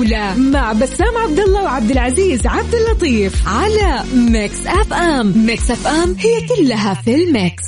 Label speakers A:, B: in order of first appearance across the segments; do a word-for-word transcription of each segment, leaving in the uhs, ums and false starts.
A: الجولة مع بسام عبد الله وعبد العزيز عبد اللطيف على ميكس اف ام. ميكس اف ام هي كلها في الميكس.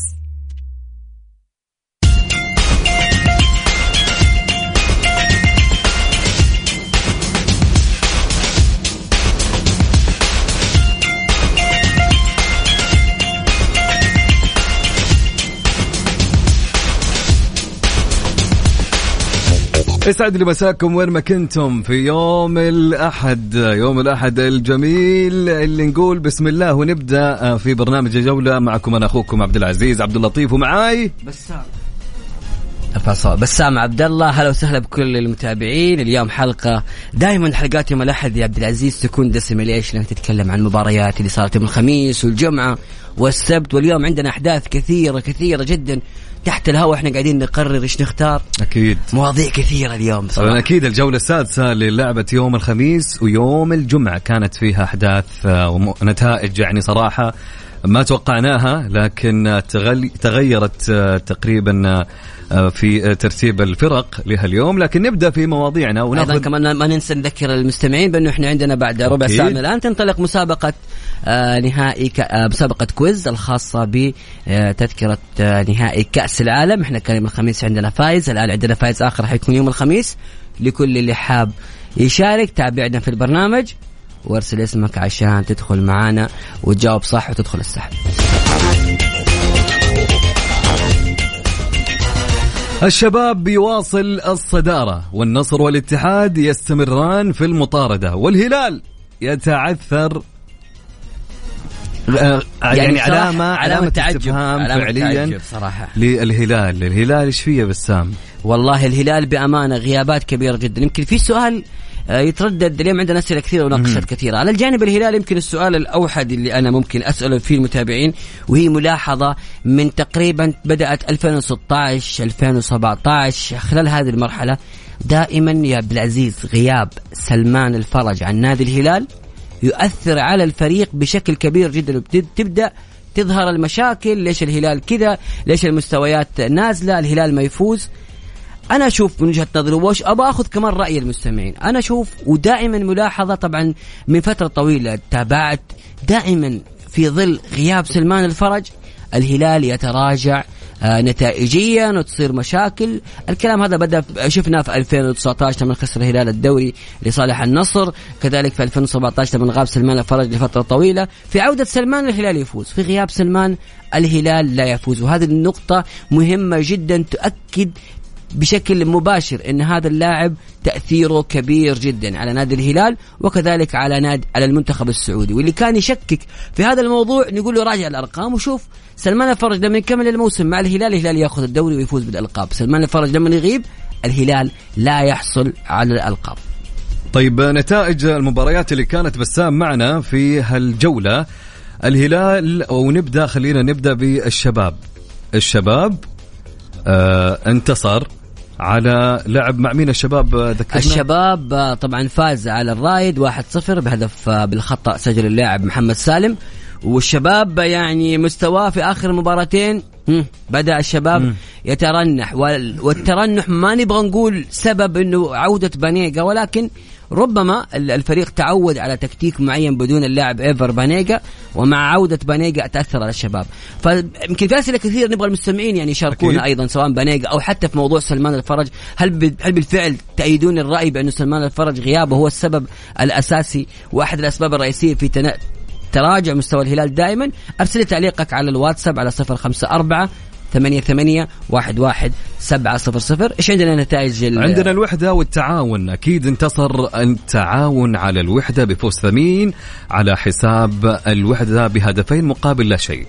B: يسعد لي مساكم وين ما كنتم في يوم الأحد، يوم الأحد الجميل اللي نقول بسم الله ونبدأ في برنامج الجولة. معكم أنا أخوكم عبد العزيز عبد اللطيف ومعاي
C: بسام بسام عبد الله. هلا وسهلا بكل المتابعين. اليوم حلقة دائما حلقات يوم الأحد يا عبد العزيز تكون دسمة. ليش؟ لأنك تتكلم عن المباريات اللي صارت يوم الخميس والجمعة والسبت، واليوم عندنا أحداث كثيرة كثيرة جدا تحت الهواء. احنا قاعدين نقرر ايش نختار.
B: اكيد
C: مواضيع كثيره اليوم
B: طبعا. اكيد الجوله السادسه للعبه يوم الخميس ويوم الجمعه كانت فيها احداث ونتائج يعني صراحه ما توقعناها، لكن تغيرت تقريبا في ترتيب الفرق لها اليوم. لكن نبدأ في مواضيعنا وناخذ
C: أيضا كمان ما ننسى نذكر المستمعين بأنه إحنا عندنا بعد ربع ساعة من الآن تنطلق مسابقة آه نهائي ك... آه مسابقة كويز الخاصة بتذكرة آه نهائي كأس العالم. إحنا كان يوم الخميس عندنا فايز، الآن عندنا فايز آخر حيكون يوم الخميس. لكل اللي حاب يشارك تابعنا في البرنامج وارسل اسمك عشان تدخل معانا وتجاوب صح وتدخل السحب.
B: الشباب بيواصل الصدارة والنصر والاتحاد يستمران في المطاردة، والهلال يتعثر يعني, يعني علامة علامة استفهام فعليا
C: صراحة
B: للهلال. الهلال ايش فيه بسام؟
C: والله الهلال بأمانة غيابات كبيرة جدا. يمكن في سؤال يتردد اليوم، عندنا أسئلة كثيرة وناقشات كثيرة على الجانب الهلال. يمكن السؤال الأوحد اللي أنا ممكن أسأله فيه المتابعين، وهي ملاحظة من تقريبا بدأت ألفين وستة عشر ألفين وسبعة عشر خلال هذه المرحلة دائما يا عبد العزيز غياب سلمان الفرج عن نادي الهلال يؤثر على الفريق بشكل كبير جدا. تبدأ تظهر المشاكل، ليش الهلال كذا، ليش المستويات نازلة، الهلال ما يفوز. أنا أشوف من وجهة نظري وش أبغى أخذ كمان رأي المستمعين. أنا أشوف ودائما ملاحظة طبعا من فترة طويلة تابعت دائما في ظل غياب سلمان الفرج الهلال يتراجع آه نتائجيا وتصير مشاكل. الكلام هذا بدأ شفناه في ألفين وتسعة عشر لما خسر الهلال الدوري لصالح النصر، كذلك في ألفين وسبعة عشر لما غاب سلمان الفرج لفترة طويلة. في عودة سلمان الهلال يفوز، في غياب سلمان الهلال لا يفوز. وهذه النقطة مهمة جدا تؤكد بشكل مباشر ان هذا اللاعب تأثيره كبير جدا على نادي الهلال وكذلك على نادي على المنتخب السعودي. واللي كان يشكك في هذا الموضوع نقول له راجع الارقام وشوف سلمان الفرج لما يكمل الموسم مع الهلال الهلال ياخذ الدوري ويفوز بالالقاب. سلمان الفرج لما يغيب الهلال لا يحصل على الالقاب.
B: طيب نتائج المباريات اللي كانت بسام معنا في هالجولة الهلال، ونبدأ خلينا نبدأ بالشباب. الشباب آه انتصر على لعب مع مين الشباب ذكرنا؟
C: الشباب طبعا فاز على الرائد واحد صفر بهدف بالخطأ سجل اللاعب محمد سالم. والشباب يعني مستواه في آخر مباراتين بدأ الشباب م. يترنح، والترنح ما نبغى نقول سبب انه عودة بانيجا، ولكن ربما الفريق تعود على تكتيك معين بدون اللاعب إيفر بانيجا، ومع عودة بانيجا تأثر على الشباب. فيمكن في أسئلة كثير نبغى المستمعين يعني يشاركونا أيضا سواء بانيجا أو حتى في موضوع سلمان الفرج. هل هل بالفعل تأيدون الرأي بأن سلمان الفرج غيابه هو السبب الأساسي وأحد الأسباب الرئيسية في تنا... تراجع مستوى الهلال دائما؟ أرسل تعليقك على الواتساب على صفر خمسة أربعة ثمانية ثمانية واحد واحد سبعة صفر صفر. إيش عندنا نتائج؟
B: عندنا الوحدة والتعاون. أكيد انتصر التعاون على الوحدة بفوز ثمين على حساب الوحدة بهدفين مقابل لا شيء.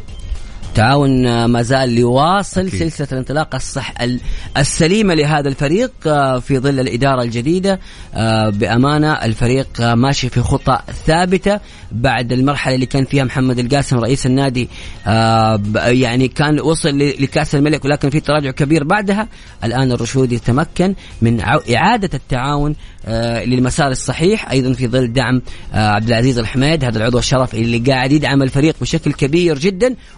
C: تعاون ما زال يواصل أكيد. سلسلة الانطلاق الصح السليمة لهذا الفريق في ظل الإدارة الجديدة. بأمانة الفريق ماشي في خطة ثابتة بعد المرحلة اللي كان فيها محمد القاسم رئيس النادي، يعني كان وصل لكأس الملك ولكن في تراجع كبير بعدها. الآن الرشودي تمكن من إعادة التعاون للمسار الصحيح، أيضا في ظل دعم عبد العزيز الحميد هذا العضو الشرف اللي قاعد يدعم الفريق بشكل كبير جدا. وشفنا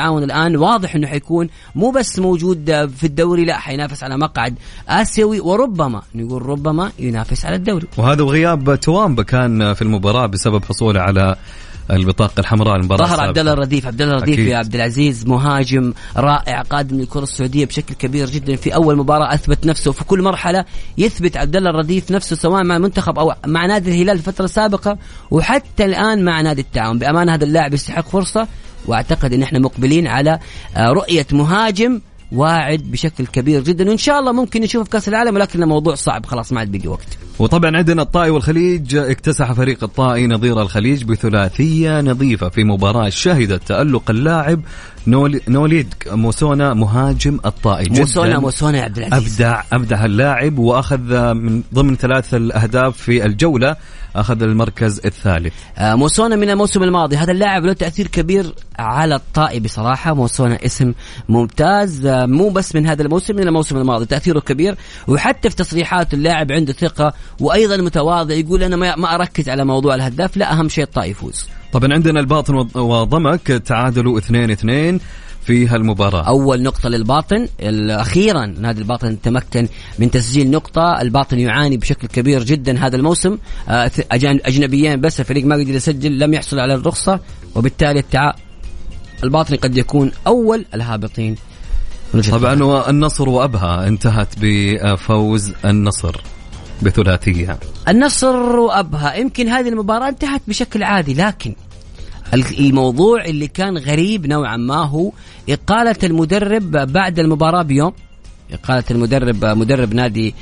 C: التعاون الآن واضح أنه حيكون مو بس موجود في الدوري، لا حينافس على مقعد آسيوي، وربما نقول ربما ينافس على الدوري.
B: وهذا وغياب توامبا كان في المباراة بسبب حصوله على البطاقة الحمراء. المباراة
C: ظهر عبد الله الرديف. عبد الله الرديف يا عبد العزيز مهاجم رائع قادم للكرة السعودية بشكل كبير جدا. في أول مباراة أثبت نفسه، في كل مرحلة يثبت عبد الله الرديف نفسه، سواء مع المنتخب أو مع نادي الهلال في الفترة السابقة وحتى الآن مع نادي التعاون. بأمانة هذا اللاعب يستحق فرصة، وأعتقد إن إحنا مقبلين على رؤية مهاجم واعد بشكل كبير جدا، وإن شاء الله ممكن نشوفه في كأس العالم، ولكن الموضوع صعب خلاص ما عاد بيجي وقت.
B: وطبعا عندنا الطائي والخليج. اكتسح فريق الطائي نظير الخليج بثلاثية نظيفة في مباراة شهدت تألق اللاعب نوليد موسونا مهاجم الطائي.
C: موسونا موسونا يا عبد العزيز
B: أبدع أبدع اللاعب، وأخذ من ضمن ثلاث الأهداف في الجولة، أخذ المركز الثالث.
C: آه موسونا من الموسم الماضي، هذا اللاعب له تأثير كبير على الطائي بصراحة. موسونا اسم ممتاز، آه مو بس من هذا الموسم، من الموسم الماضي تأثيره كبير، وحتى في تصريحات اللاعب عنده ثقة، وأيضا متواضع، يقول أنا ما أركز على موضوع الهداف، لا أهم شيء الطائي يفوز.
B: طبعا عندنا الباطن وضمك تعادلوا اثنين اثنين في هالمباراة.
C: أول نقطة للباطن، أخيرا نادي الباطن تمكن من تسجيل نقطة. الباطن يعاني بشكل كبير جدا هذا الموسم، أجنبيين بس، الفريق ما قدر يسجل، لم يحصل على الرخصة، وبالتالي التع... الباطن قد يكون أول الهابطين.
B: طبعا والنصر وأبها انتهت بفوز النصر بثلاثية.
C: النصر وأبها يمكن هذه المباراة انتهت بشكل عادي، لكن الموضوع اللي كان غريب نوعا ما هو إقالة المدرب بعد المباراة بيوم. إقالة المدرب، مدرب نادي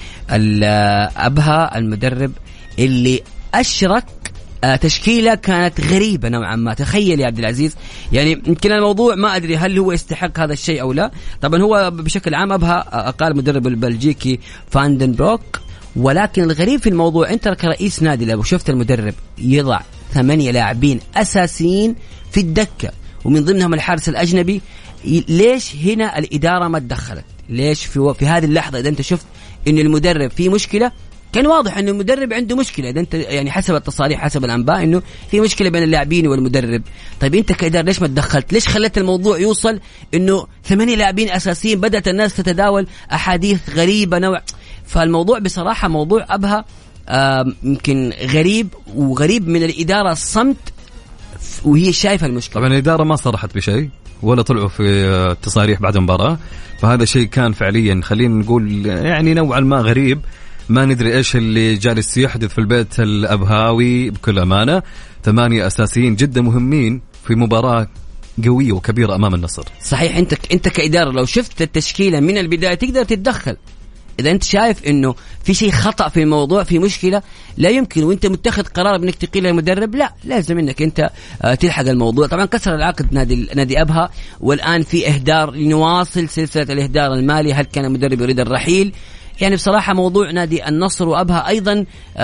C: أبها، المدرب اللي أشرك تشكيلة كانت غريبة نوعا ما. تخيل يا عبد العزيز، يعني يمكن الموضوع ما أدري هل هو يستحق هذا الشيء أو لا. طبعا هو بشكل عام أبها أقال مدرب البلجيكي فاندنبروك، ولكن الغريب في الموضوع أنت كرئيس نادي لو شفت المدرب يضع ثمانية لاعبين أساسيين في الدكة ومن ضمنهم الحارس الأجنبي، ليش هنا الإدارة ما تدخلت؟ ليش في, في هذه اللحظة إذا أنت شفت إن المدرب في مشكلة؟ كان واضح إن المدرب عنده مشكلة، إذا أنت يعني حسب التصاريح حسب الأنباء إنه في مشكلة بين اللاعبين والمدرب. طيب أنت كإدارة ليش ما تدخلت؟ ليش خلت الموضوع يوصل إنه ثمانية لاعبين أساسيين؟ بدأت الناس تتداول أحاديث غريبة نوع. فالموضوع بصراحة موضوع أبها يمكن غريب، وغريب من الإدارة الصمت وهي شايفة المشكلة.
B: طبعا الإدارة ما صرحت بشيء ولا طلعوا في التصاريح بعد المباراة، فهذا شيء كان فعليا خلينا نقول يعني نوعا ما غريب. ما ندري إيش اللي جالس يحدث في البيت الأبهاوي. بكل أمانة ثمانية أساسيين جدا مهمين في مباراة قوية وكبيرة أمام النصر.
C: صحيح، أنت أنت كإدارة لو شفت التشكيلة من البداية تقدر تتدخل. إذا أنت شايف إنه في شيء خطأ في الموضوع، في مشكلة، لا يمكن وأنت متخذ قرار بإنك تقيل المدرب، لا لازم إنك أنت تلحق الموضوع. طبعا كسر العقد نادي نادي أبها، والآن في إهدار لنواصل سلسلة الإهدار المالي. هل كان المدرب يريد الرحيل؟ يعني بصراحة موضوع نادي النصر وأبها أيضا،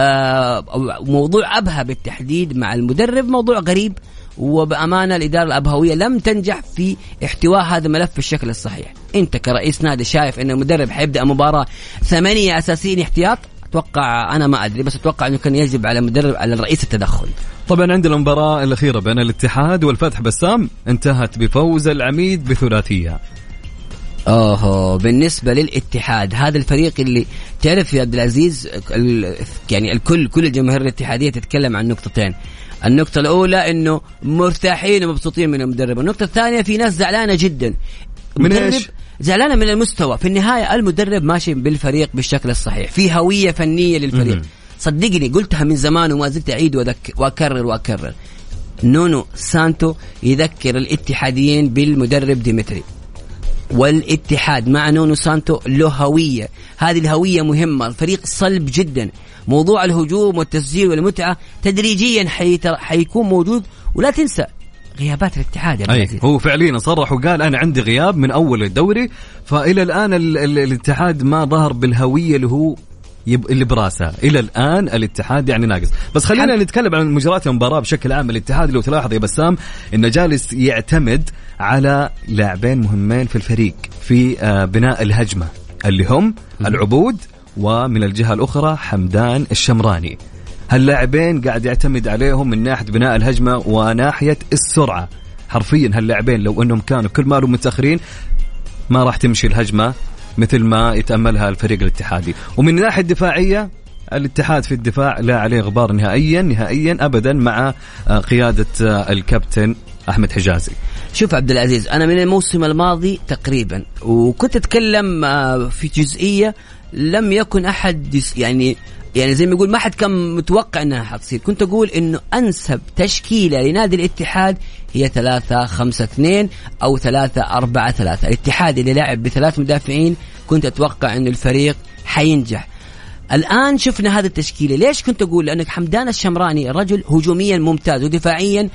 C: موضوع أبها بالتحديد مع المدرب موضوع غريب، وبأمانة الإدارة الأبهوية لم تنجح في احتواء هذا الملف بالشكل الصحيح. أنت كرئيس نادي شايف أن المدرب حيبدأ مباراة ثمانية أساسيين احتياط؟ أتوقع، أنا ما أدري، بس أتوقع أنه كان يجب على المدرب على الرئيس التدخل.
B: طبعا عندنا المباراة الأخيرة بين الاتحاد والفتح بسام انتهت بفوز العميد بثلاثية.
C: اوه بالنسبه للاتحاد، هذا الفريق اللي تعرف يا عبد العزيز يعني الكل كل الجماهير الاتحاديه تتكلم عن نقطتين. النقطه الاولى انه مرتاحين ومبسوطين من المدرب، النقطه الثانيه في ناس زعلانه جدا
B: من ايش؟
C: زعلانه من المستوى. في النهايه المدرب ماشي بالفريق بالشكل الصحيح، في هويه فنيه للفريق. صدقني قلتها من زمان وما زلت اعيد واكرر واكرر، نونو سانتو يذكر الاتحاديين بالمدرب ديمتري، والاتحاد مع نونو سانتو له هوية. هذه الهوية مهمة، الفريق صلب جدا. موضوع الهجوم والتسجيل والمتعة تدريجيا حيكون موجود، ولا تنسى غيابات الاتحاد.
B: أي هو فعليا صرح وقال أنا عندي غياب من أول الدوري، فإلى الآن ال ال الاتحاد ما ظهر بالهوية اللي هو اللي براسه. إلى الآن الاتحاد يعني ناقص. بس خلينا نتكلم عن مجريات المباراة بشكل عام. الاتحاد لو تلاحظ يا بسام إنه جالس يعتمد على لاعبين مهمين في الفريق في بناء الهجمة اللي هم العبود، ومن الجهة الأخرى حمدان الشمراني. هاللاعبين قاعد يعتمد عليهم من ناحية بناء الهجمة وناحية السرعة. حرفيا هاللاعبين لو انهم كانوا كل مالهم متاخرين ما راح تمشي الهجمه مثل ما يتاملها الفريق الاتحادي. ومن الناحيه الدفاعيه الاتحاد في الدفاع لا عليه غبار نهائيا نهائيا ابدا مع قياده الكابتن احمد حجازي.
C: شوف عبد العزيز، انا من الموسم الماضي تقريبا وكنت اتكلم في جزئيه لم يكن احد يعني يعني زي ما يقول ما حد كان متوقع انها حتصير. كنت اقول انه انسب تشكيله لنادي الاتحاد هي ثلاثة خمسة اثنين او ثلاثة أربعة ثلاثة. الاتحاد اللي لعب بثلاث مدافعين كنت اتوقع انه الفريق حينجح. الآن شفنا هذا التشكيلة. ليش كنت أقول؟ لأنك حمدان الشمراني رجل هجوميا ممتاز ودفاعيا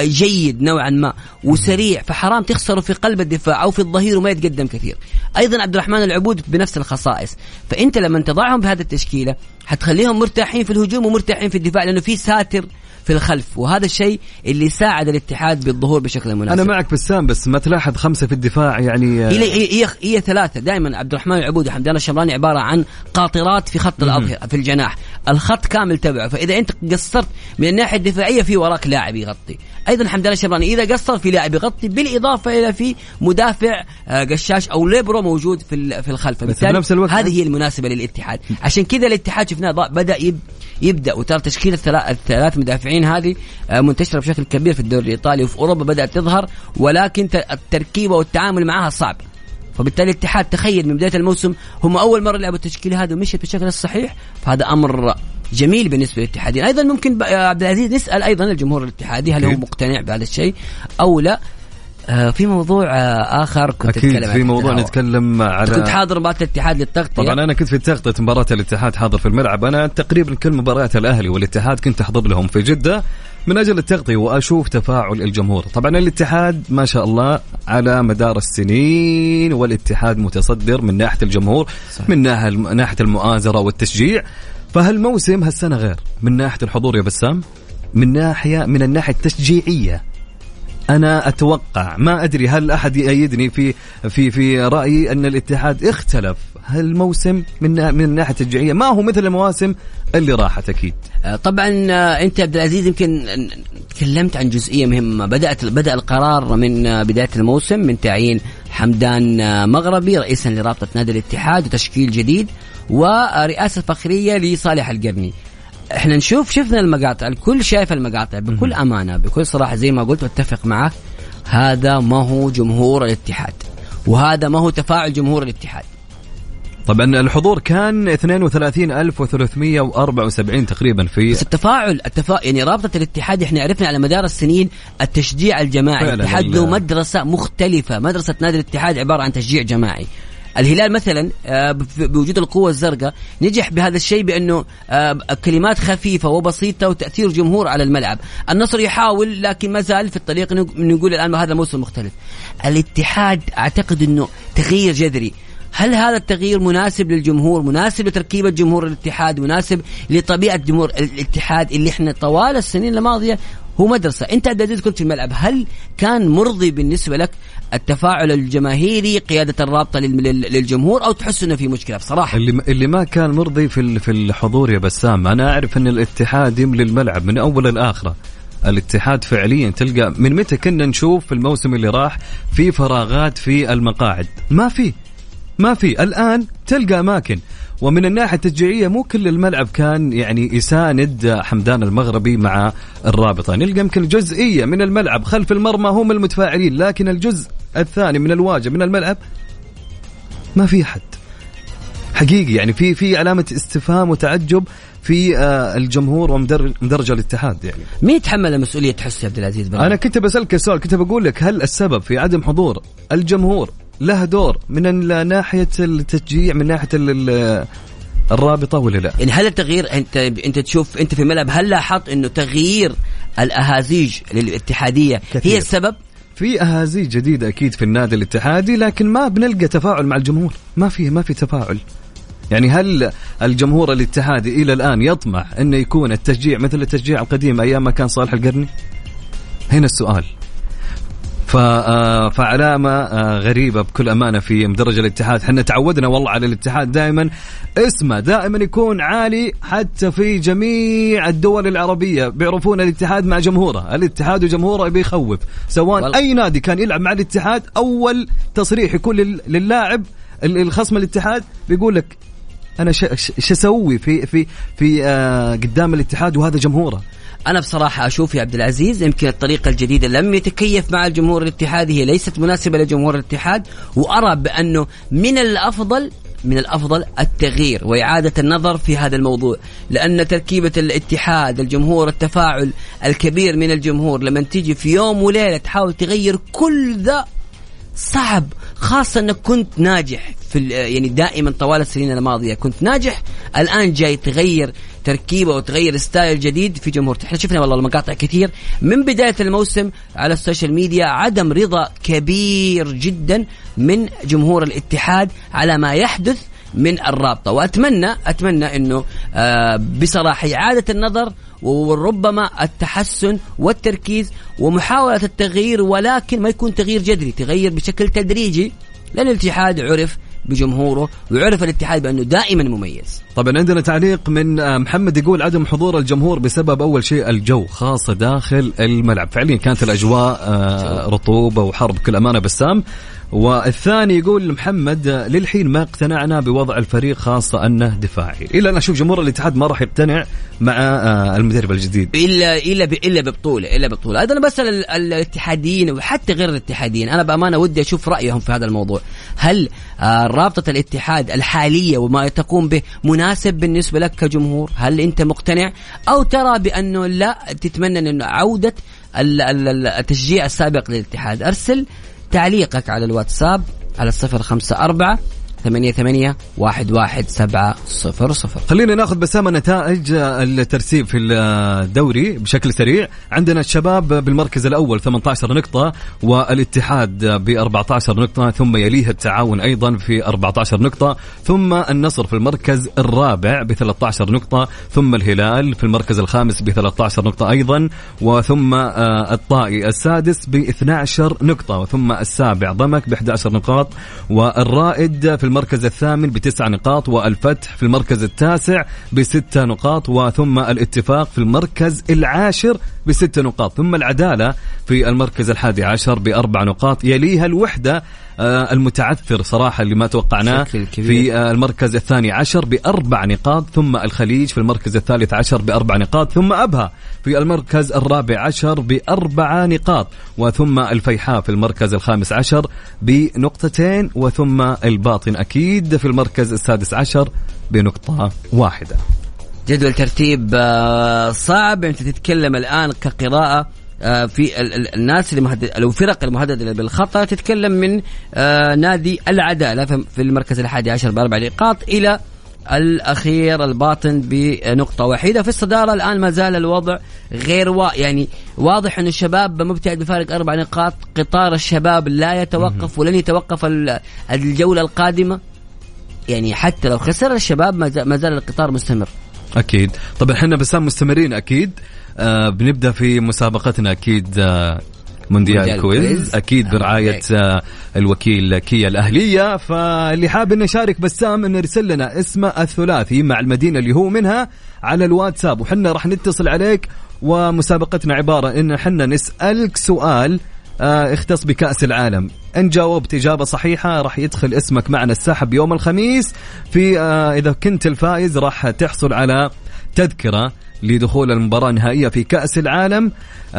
C: جيد نوعا ما وسريع، فحرام تخسره في قلب الدفاع أو في الظهير وما يتقدم كثير. أيضا عبد الرحمن العبود بنفس الخصائص. فأنت لما تضعهم بهذا التشكيلة حتخليهم مرتاحين في الهجوم ومرتاحين في الدفاع لأنه في ساتر في الخلف، وهذا الشيء اللي ساعد الاتحاد بالظهور بشكل مناسب.
B: أنا معك بسام، بس ما تلاحظ خمسة في الدفاع يعني
C: هي هي هي ثلاثة دائما. عبد الرحمن العبود وحمدان الشمراني عبارة عن قاطرات في خط الأظهرة في الجناح، الخط كامل تبعه. فإذا أنت قصرت من الناحية الدفاعية في وراك لاعب يغطي. أيضا حمدان الشمراني إذا قصر في لاعب يغطي، بالإضافة إلى في مدافع قشاش أو ليبرو موجود في في الخلف. بالتالي هذه هي المناسبة للاتحاد. عشان كذا الاتحاد شفناه بدأ يب يبدأ وترى تشكيلة الثلاث مدافعين هذه منتشرة بشكل كبير في الدوري الإيطالي وفي أوروبا بدأت تظهر، ولكن التركيبة والتعامل معها صعب. فبالتالي الاتحاد تخيل من بداية الموسم هم أول مرة لعبوا التشكيلة هذه ومشيت بالشكل الصحيح، فهذا أمر جميل بالنسبة للاتحادين. أيضا ممكن عبد العزيز نسأل أيضا الجمهور الاتحادي هل هو مقتنع بهذا الشيء أو لا. آه في موضوع آه آخر كنت
B: أتكلم في موضوع نتكلم على
C: كنت حاضر مباراة الاتحاد للتغطية.
B: طبعا أنا كنت في تغطية مباراة الاتحاد حاضر في الملعب. أنا تقريبا كل مباريات الأهلي والاتحاد كنت أحضر لهم في جدة من أجل التغطية وأشوف تفاعل الجمهور. طبعا الاتحاد ما شاء الله على مدار السنين والاتحاد متصدر من ناحية الجمهور صحيح. من ناحية المؤازرة والتشجيع. فهالموسم هالسنة غير من ناحية الحضور يا بسام، من ناحية من الناحية التشجيعية. أنا أتوقع ما أدري هل أحد يأيدني في في في رأيي أن الاتحاد اختلف هالموسم من من الناحية التشجيعية، ما هو مثل المواسم اللي راحت أكيد.
C: طبعا أنت عبد العزيز يمكن تكلمت عن جزئية مهمة. بدأت بدأ القرار من بداية الموسم من تعيين حمدان مغربي رئيسا لرابطة نادي الاتحاد وتشكيل جديد ورئاسة فخرية لصالح القرني. احنا نشوف شفنا المقاطع، الكل شايف المقاطع بكل أمانة بكل صراحة زي ما قلت واتفق معك. هذا ما هو جمهور الاتحاد وهذا ما هو تفاعل جمهور الاتحاد.
B: طبعا الحضور كان اثنين وثلاثين ألف وثلاثمية وأربعة وسبعين تقريبا في
C: بس التفاعل التفاعل يعني رابطة الاتحاد احنا عرفنا على مدار السنين التشجيع الجماعي. الاتحاد له مدرسة مختلفة. مدرسة نادي الاتحاد عبارة عن تشجيع جماعي. الهلال مثلا بوجود القوة الزرقاء نجح بهذا الشيء بأنه كلمات خفيفة وبسيطة وتأثير جمهور على الملعب. النصر يحاول لكن ما زال في الطريق. نقول الآن هذا موسم مختلف. الاتحاد أعتقد أنه تغيير جذري. هل هذا التغيير مناسب للجمهور، مناسب لتركيبة جمهور الاتحاد، مناسب لطبيعة جمهور الاتحاد اللي احنا طوال السنين الماضية هو مدرسة؟ انت عدد كنت في الملعب، هل كان مرضي بالنسبة لك التفاعل الجماهيري قيادة الرابطة للجمهور أو تحس انه في مشكلة؟ بصراحة
B: اللي اللي ما كان مرضي في في الحضور يا بسام. انا اعرف ان الاتحاد يملي الملعب من اول لآخره. الاتحاد فعليا تلقى من متى كنا نشوف في الموسم اللي راح في فراغات في المقاعد؟ ما في ما في الآن تلقى أماكن. ومن الناحية التشجيعية مو كل الملعب كان يعني يساند حمدان المغربي مع الرابطة. نلقى يمكن جزئية من الملعب خلف المرمى هم المتفاعلين، لكن الجزء الثاني من الواجب من الملعب ما في حد حقيقي. يعني في في علامة استفهام وتعجب في الجمهور ومدرجة الاتحاد. يعني
C: مين يتحمل المسؤولية تحس يا عبد العزيز؟
B: أنا كنت بسألك سؤال، كنت بقول لك هل السبب في عدم حضور الجمهور له دور من ناحية التشجيع من ناحية الرابطة ولا لا؟
C: يعني هل التغيير أنت أنت تشوف أنت في الملعب هل لاحظت إنه تغيير الأهازيج للاتحادية كثير. هي السبب؟
B: في أهازيج جديدة أكيد في النادي الاتحادي، لكن ما بنلقى تفاعل مع الجمهور. ما فيه ما في تفاعل. يعني هل الجمهور الاتحادي إلى الآن يطمح إنه يكون التشجيع مثل التشجيع القديم أيام ما كان صالح القرني؟ هنا السؤال. فعلامة غريبة بكل أمانة في مدرج الاتحاد. حنا تعودنا والله على الاتحاد دائما اسمه دائما يكون عالي، حتى في جميع الدول العربية بيعرفون الاتحاد مع جمهوره. الاتحاد وجمهوره بيخوف، سواء والله. أي نادي كان يلعب مع الاتحاد أول تصريح يكون للاعب الخصم الاتحاد بيقول لك أنا ش أسوي في في في آه قدام الاتحاد وهذا جمهوره.
C: أنا بصراحة أشوف يا عبد العزيز يمكن الطريقة الجديدة لم يتكيف مع الجمهور الاتحادي، هي ليست مناسبة لجمهور الاتحاد، وأرى بأنه من الأفضل من الأفضل التغيير وإعادة النظر في هذا الموضوع، لأن تركيبة الاتحاد الجمهور التفاعل الكبير من الجمهور لما تيجي في يوم وليلة تحاول تغير كل ذا صعب، خاصة أنك كنت ناجح في يعني دائما طوال السنين الماضية كنت ناجح، الآن جاي تغير تركيبه وتغير ستايل جديد في جمهور. احنا شفنا والله المقاطع كثير من بداية الموسم على السوشيال ميديا عدم رضا كبير جدا من جمهور الاتحاد على ما يحدث من الرابطة، وأتمنى أتمنى أنه آه بصراحة إعادة النظر وربما التحسن والتركيز ومحاولة التغيير، ولكن ما يكون تغيير جذري، تغير بشكل تدريجي، لأن الاتحاد عرف بجمهوره وعرف الاتحاد بأنه دائما مميز.
B: طبعا عندنا تعليق من محمد يقول عدم حضور الجمهور بسبب أول شيء الجو، خاصة داخل الملعب. فعليا كانت الأجواء رطوبة وحر بكل أمانة بسام. والثاني يقول محمد للحين ما اقتنعنا بوضع الفريق، خاصة أنه دفاعي. إلا أنا أشوف جمهور الاتحاد ما راح يقتنع مع المدرب الجديد
C: إلا إلا إلا ببطولة إلا ببطولة. هذا أنا بسأل الاتحاديين وحتى غير الاتحاديين، أنا بأمانة ودي أشوف رأيهم في هذا الموضوع. هل رابطة الاتحاد الحالية وما تقوم به مناسب بالنسبة لك كجمهور؟ هل أنت مقتنع أو ترى بأنه لا تتمنى أنه عودة التشجيع السابق للاتحاد؟ أرسل تعليقك على الواتساب على الصفر خمسة أربعة ثمانية ثمانية واحد واحد سبعة صفر صفر.
B: خلينا ناخذ بسامة نتائج الترتيب في الدوري بشكل سريع. عندنا الشباب بالمركز الأول ثمانية عشر نقطة، والاتحاد ب أربعة عشر نقطة، ثم يليه التعاون أيضا في أربعة عشر نقطة، ثم النصر في المركز الرابع ب ثلاثة عشر نقطة، ثم الهلال في المركز الخامس ب ثلاثة عشر نقطة أيضا، وثم الطائي السادس ب اثنتي عشرة نقطة، وثم السابع ضمك ب إحدى عشرة نقاط، والرائد في المركز الثامن بتسع نقاط، والفتح في المركز التاسع بستة نقاط، وثم الاتفاق في المركز العاشر بست نقاط، ثم العدالة في المركز الحادي عشر بأربع نقاط، يليها الوحدة آه المتعثر صراحة اللي ما توقعناه في آه المركز الثاني عشر بأربع نقاط، ثم الخليج في المركز الثالث عشر بأربع نقاط، ثم أبها في المركز الرابع عشر بأربع نقاط، وثم الفيحاء في المركز الخامس عشر بنقطتين، وثم الباطن أكيد في المركز السادس عشر بنقطة واحدة.
C: جدول ترتيب صعب. أنت تتكلم الآن كقراءة في الناس اللي مهدد أو فرق المهددة بالخطأ، تتكلم من نادي العدالة في المركز الحادي عشر بأربع نقاط إلى الأخير الباطن بنقطة واحدة. في الصدارة الآن ما زال الوضع غير وا يعني واضح أن الشباب مبتعد بفارق أربع نقاط. قطار الشباب لا يتوقف ولن يتوقف الجولة القادمة، يعني حتى لو خسر الشباب ما زال القطار مستمر.
B: أكيد. طبعا احنا بسام مستمرين أكيد. آه بنبدأ في مسابقتنا أكيد آه مونديال كويز أكيد برعاية آه الوكيل كيا الأهلية. فاللي حاب إنه يشارك بسام إنه يرسل لنا اسمه الثلاثي مع المدينة اللي هو منها على الواتساب، وحنا راح نتصل عليك. ومسابقتنا عبارة إن حنا نسألك سؤال آه اختص بكأس العالم، إن جاوبت إجابة صحيحة راح يدخل اسمك معنا السحب يوم الخميس. في آه إذا كنت الفائز راح تحصل على تذكرة لدخول المباراة النهائية في كأس العالم،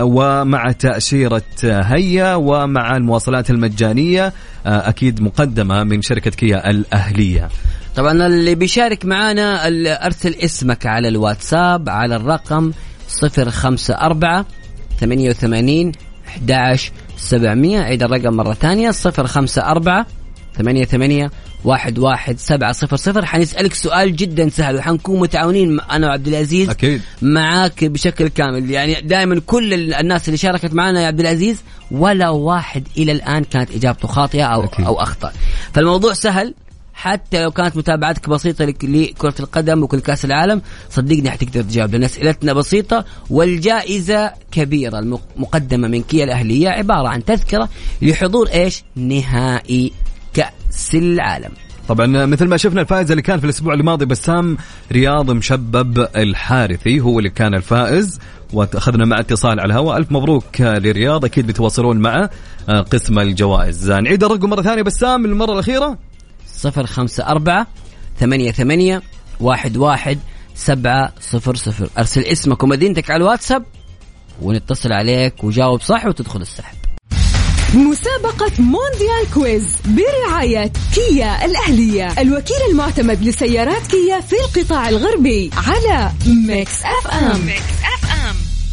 B: ومع تأشيرة هيا ومع المواصلات المجانية أكيد مقدمة من شركة كيا الأهلية.
C: طبعا اللي بيشارك معنا أرسل اسمك على الواتساب على الرقم صفر خمسة أربعة ثمانية وثمانين أحد عشر سبعمية. عيد الرقم مرة ثانية صفر خمسة أربعة ثمانية ثمانية واحد واحد سبعة صفر صفر. حنسألك سؤال جدا سهل وحنكون متعاونين أنا وعبد العزيز
B: أكيد
C: معاك بشكل كامل. يعني دائما كل الناس اللي شاركت معنا يا عبد العزيز ولا واحد إلى الآن كانت إجابته خاطئة أو, أو أخطأ. فالموضوع سهل، حتى لو كانت متابعتك بسيطة لكرة القدم وكل كأس العالم صدقني حتقدر تجاوب، لأن أسئلتنا بسيطة والجائزة كبيرة. المقدمة من كيا الأهلية عبارة عن تذكرة لحضور إيش نهائي كأس العالم.
B: طبعا مثل ما شفنا الفائز اللي كان في الأسبوع الماضي بسام رياض مشبب الحارثي هو اللي كان الفائز، وأخذنا مع اتصال على الهواء. ألف مبروك لرياض، أكيد بتواصلون مع قسم الجوائز. نعيد الرقم مرة ثانية بسام للمرة الأخيرة،
C: صفر خمسة أربعة ثمانية ثمانية واحد واحد سبعة صفر صفر. أرسل اسمك ومدينتك على الواتساب ونتصل عليك وجاوب صح وتدخل السحب.
A: مسابقة مونديال كويز برعاية كيا الأهلية، الوكيل المعتمد لسيارات كيا في القطاع الغربي، على ميكس أف أم. ميكس أف أم.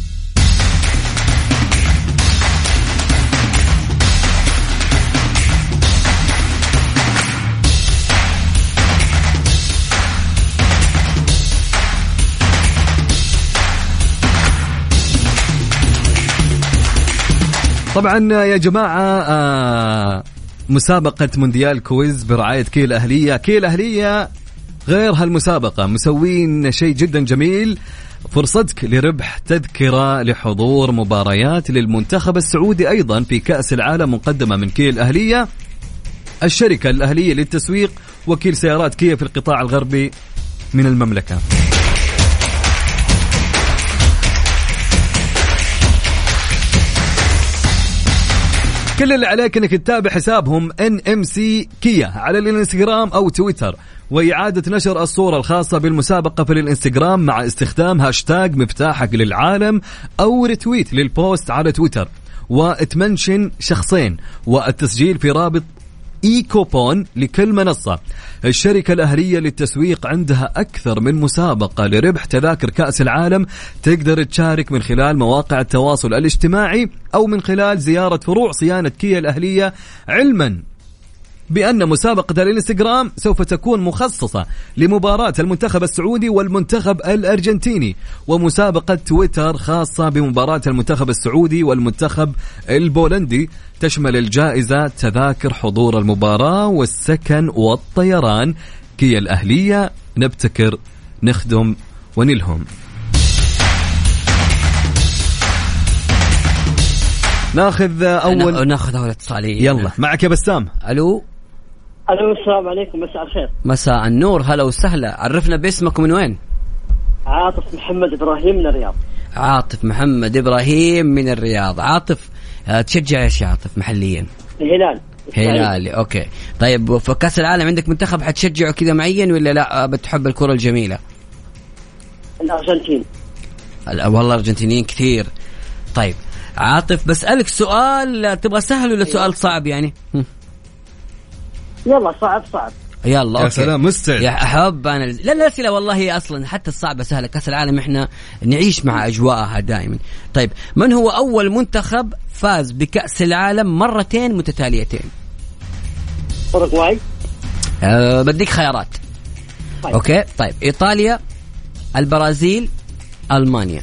B: طبعا يا جماعة آه مسابقة مونديال كويز برعاية كيا الأهلية. كيا الأهلية غير هالمسابقة مسوين شيء جدا جميل، فرصتك لربح تذكرة لحضور مباريات للمنتخب السعودي أيضا في كأس العالم مقدمة من كيا الأهلية، الشركة الأهلية للتسويق، وكيل سيارات كيا في القطاع الغربي من المملكة. كل اللي عليك انك تتابع حسابهم إن إم سي كيا على الانستغرام او تويتر، وإعادة نشر الصورة الخاصة بالمسابقة في الانستغرام مع استخدام هاشتاج مفتاحك للعالم أو ريتويت للبوست على تويتر، وتمنشن شخصين، والتسجيل في رابط اي كوبون لكل منصة. الشركة الأهلية للتسويق عندها أكثر من مسابقة لربح تذاكر كأس العالم، تقدر تشارك من خلال مواقع التواصل الاجتماعي أو من خلال زيارة فروع صيانة كيا الأهلية، علما بأن مسابقة الانستغرام سوف تكون مخصصة لمباراة المنتخب السعودي والمنتخب الأرجنتيني، ومسابقة تويتر خاصة بمباراة المنتخب السعودي والمنتخب البولندي، تشمل الجائزة تذاكر حضور المباراة والسكن والطيران. كيا الأهلية، نبتكر، نخدم، ونلهم. ناخذ أول
C: ناخذ أول اتصالية.
B: يلا معك يا بسام.
C: ألو.
D: ألو السلام عليكم، مساء الخير.
C: مساء النور، هلا وسهلا. عرفنا باسمك ومن وين؟
D: عاطف محمد إبراهيم من الرياض.
C: عاطف محمد إبراهيم من الرياض. عاطف تشجع ايش يا عاطف محليا؟
D: الهلال.
C: هلالي. اوكي طيب، في كأس العالم عندك منتخب حتشجعه كذا معين ولا لا بتحب الكرة الجميلة؟
D: الأرجنتين.
C: والله الأرجنتينيين كثير. طيب عاطف بسألك سؤال، تبغى سهل ولا سؤال صعب يعني؟
D: يلا صعب صعب.
C: يلا
B: يا
C: أوكي.
B: سلام مستعد
C: يا أحب أنا. لا لا لا والله أصلا حتى الصعبة سهلة، كأس العالم إحنا نعيش مع أجواءها دائما. طيب من هو أول منتخب فاز بكأس العالم مرتين متتاليتين؟
D: أوروغواي.
C: أه بديك خيارات.
D: طيب.
C: أوكي طيب، إيطاليا، البرازيل، ألمانيا.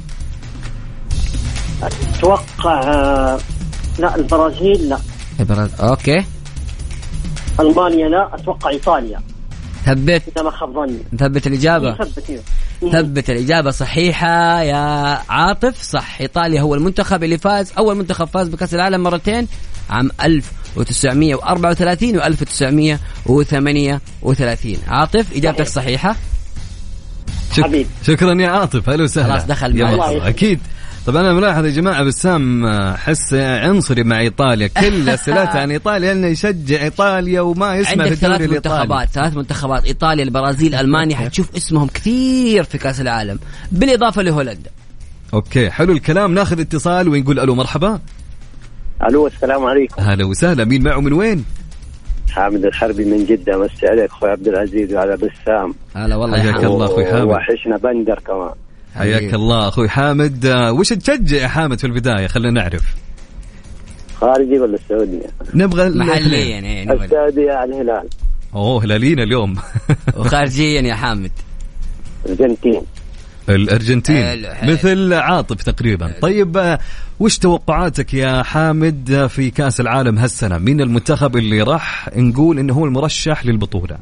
D: أتوقع لا البرازيل لا.
C: البرازيل. أوكي.
D: ألمانيا لا. أتوقع إيطاليا.
C: ثبت.
D: إذا ما خاب ظني.
C: ثبت الإجابة.
D: ثبت.
C: ثبت الإجابة صحيحة يا عاطف، صح. إيطاليا هو المنتخب اللي فاز، أول منتخب فاز بكأس العالم مرتين، عام ألف وتسعمية وأربعة وثلاثين و ألف وتسعمية وثمانية وثلاثين. عاطف إجابتك صحيحة.
B: شك... شكرا يا عاطف، هلا وسهلا.
C: خلاص دخل
B: معي. أكيد. طبعا أنا ملاحظ يا جماعة بسام حس عنصري مع إيطاليا، كل أسئلته عن إيطاليا إنه يشجع إيطاليا وما يسمع في الدوري الإيطالي.
C: منتخبات ثلاث منتخبات إيطاليا، البرازيل، ألمانيا، حتشوف اسمهم كثير في كأس العالم بالإضافة لهولندا.
B: أوكي حلو الكلام. ناخذ اتصال ونقول ألو مرحبا.
E: ألو السلام عليكم.
B: هلا وسهلا، مين معه من وين؟
E: حامد الحربي من جدة. مسي عليك أخوي عبد العزيز وعلى بسام.
C: هلا والله.
B: حياك الله أخوي حامد.
E: وحشنا بندر كمان.
B: حياك الله أخوي حامد. وش تشجع يا حامد في البداية؟ خلينا نعرف.
E: خارجي ولا السعودية؟
B: نبغى
C: محليا يعني.
E: السعودية على الهلال.
B: أوه هلالينا اليوم.
C: وخارجيا يا حامد؟
E: أرجنتين.
B: الأرجنتين مثل عاطف تقريبا. طيب وش توقعاتك يا حامد في كأس العالم هالسنة؟ مين المنتخب اللي راح نقول إنه هو المرشح للبطولة؟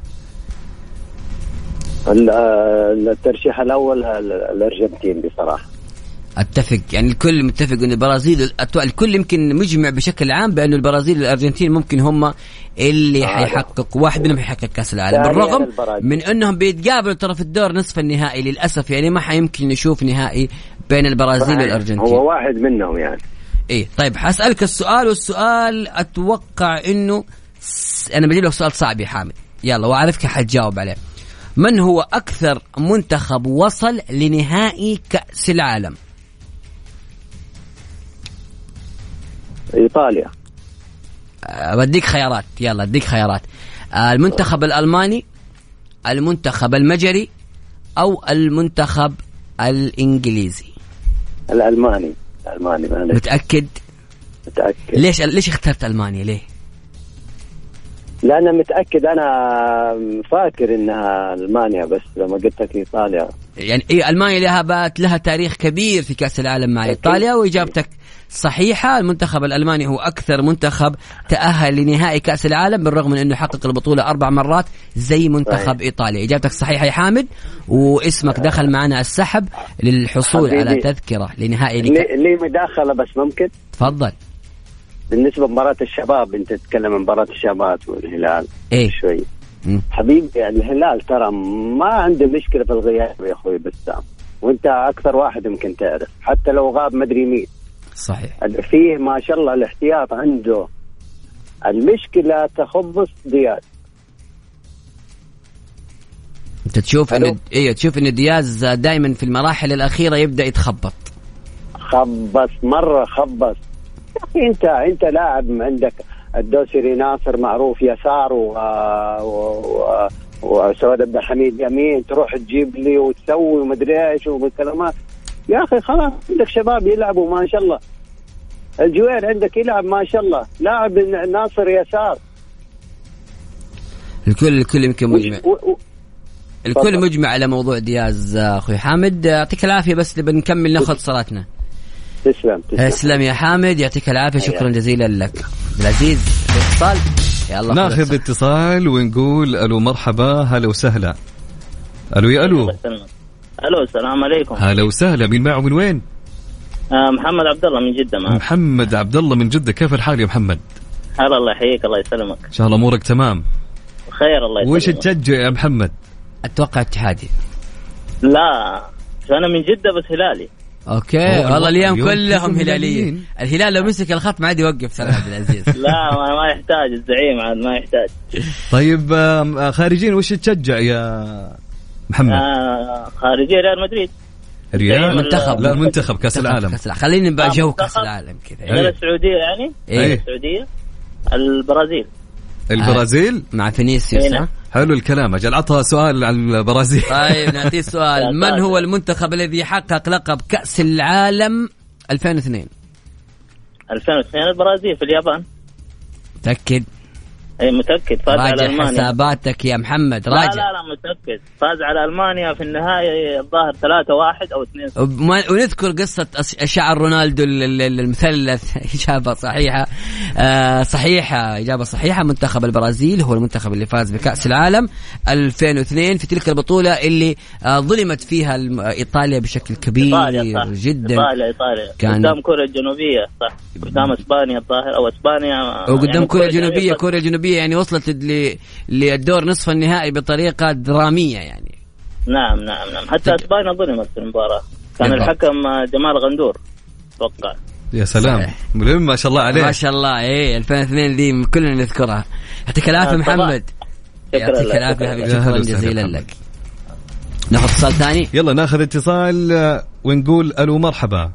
E: الترشيح الأول الأرجنتين بصراحة.
C: اتفق، يعني الكل متفق ان البرازيل، الكل يمكن مجمع بشكل عام بأن البرازيل والأرجنتين ممكن هم اللي آه حيحقق، واحد منهم حيحقق كأس العالم، بالرغم من انهم بيتقابلوا ترى في الدور نصف النهائي للأسف. يعني ما حيمكن نشوف نهائي بين البرازيل والأرجنتين،
E: هو واحد منهم يعني.
C: ايه طيب حسألك السؤال، والسؤال اتوقع انه س... انا بجيب لك سؤال صعب يا حامد، يلا واعرفك حتجاوب عليه. من هو اكثر منتخب وصل لنهائي كأس العالم؟
E: إيطاليا.
C: أه بديك خيارات، يلا اديك خيارات. أه المنتخب الألماني، المنتخب المجري، أو المنتخب الإنجليزي؟
E: الألماني. الألماني.
C: متأكد؟
E: متأكد.
C: ليش ليش اخترت ألمانيا ليه؟
E: لا أنا متأكد، أنا فاكر إنها ألمانيا، بس لما قلت لك إيطاليا
C: يعني إيه، ألمانيا لها بات لها تاريخ كبير في كأس العالم مع إيطاليا، وإجابتك صحيحة. المنتخب الألماني هو أكثر منتخب تأهل لنهائي كأس العالم، بالرغم من أنه حقق البطولة أربع مرات زي منتخب إيطاليا. إجابتك صحيحة يا حامد، واسمك دخل معنا السحب للحصول حبيبي على تذكرة لنهائي
E: لي, لي مداخلة بس ممكن؟
C: تفضل.
E: بالنسبة لمباراة الشباب، أنت تتكلم عن مباراة الشباب والهلال
C: إيه؟
E: شوي م. حبيبي يعني الهلال ترى ما عنده مشكلة في الغياب يا أخوي بسام، وأنت أكثر واحد يمكن تعرف، حتى لو غاب مدري مين.
C: صحيح.
E: فيه ما شاء الله الاحتياط عنده. المشكلة تخبص دياز.
C: أنت تشوف إنه إيه، تشوف إنه دياز دائما في المراحل الأخيرة يبدأ يتخبط.
E: خبص مرة خبص. انت انت لاعب عندك الدوسري ناصر معروف يسار و و وسعود عبد الحميد يمين، تروح تجيب لي وتسوي ومدري ايش وبالكلامات. يا اخي خلاص عندك شباب يلعبوا ما شاء الله. الجوير عندك يلعب ما شاء الله، لاعب ناصر يسار.
C: الكل الكل يمكن مجمع و... و... الكل فضل. مجمع على موضوع دياز. اخوي حامد يعطيك العافيه، بس بنكمل ناخذ صلاتنا.
E: تسلم تسلم.
C: تسلم يا حامد، يعطيك العافيه، شكرا جزيلا لك. العزيز اتصال، يلا
B: ناخذ اتصال ونقول الو مرحبا، هلا وسهلا. الو يا الو.
F: الو السلام عليكم.
B: هلا وسهلا، مين معه من وين؟
F: آه محمد عبد الله من جده معك.
B: محمد عبد الله من جده، كيف الحال يا محمد؟
F: هلا الله يحييك، الله يسلمك.
B: ان شاء الله امورك تمام.
F: خير الله يسلمك.
B: وش تشجع يا محمد؟
C: اتوقع اتحادي.
F: لا انا من جده بس هلالي.
C: اوكي والله اليوم كلهم هلاليين. الهلال لو مسك الخط ما عاد يوقف سلام عبد العزيز.
F: لا ما يحتاج الزعيم عاد ما يحتاج.
B: طيب خارجين وش تشجع يا محمد؟
F: آه خارجين ريال مدريد.
B: ريال
C: منتخب.
B: لا منتخب كاس العالم.
C: خلينا نبقى جو كاس العالم كذا.
F: لا السعوديه يعني.
C: ايه
F: السعوديه. البرازيل.
B: البرازيل
C: مع فينيسيوس.
B: حلو الكلام. اجل عطها سؤال عن البرازيل.
C: طيب نعطيه سؤال. من هو المنتخب الذي حقق لقب كأس العالم ألفين واثنين؟
F: ألفين واثنين البرازيل في اليابان.
C: متأكد؟
F: اي متأكد. فاز على ألمانيا.
C: حساباتك يا محمد راجع.
F: لا لا لا متأكد. فاز على ألمانيا في النهاية الظاهر ثلاثة واحد أو اثنين.
C: ونذكر قصة شعر رونالدو المثلث. إجابة صحيحة. آه صحيحة، إجابة صحيحة. منتخب البرازيل هو المنتخب اللي فاز بكأس العالم ألفين واثنين في تلك البطولة اللي آه ظلمت فيها إيطاليا بشكل كبير
F: إيطاليا صح.
C: جدا.
F: إيطاليا إيطاليا كان قدام كوريا الجنوبية صح، قدام إسبانيا الظاهر أو إسبانيا
C: وقدام يعني كوريا الجنوبية. كوريا الجنوبية يعني وصلت للدور نصف النهائي بطريقة درامية يعني.
F: نعم نعم نعم. حتى إسبانيا ظلمت في المباراة، كان الحكم جمال غندور توقع.
B: يا سلام مهم ما شاء الله عليه.
C: ما شاء الله. ايه ألفين واثنين دي كلنا نذكرها. يعطيك العافية محمد. يعطيك العافية حبيبي، شكرا جزيلا لك. ناخذ اتصال ثاني.
B: يلا ناخذ اتصال ونقول الو مرحبا.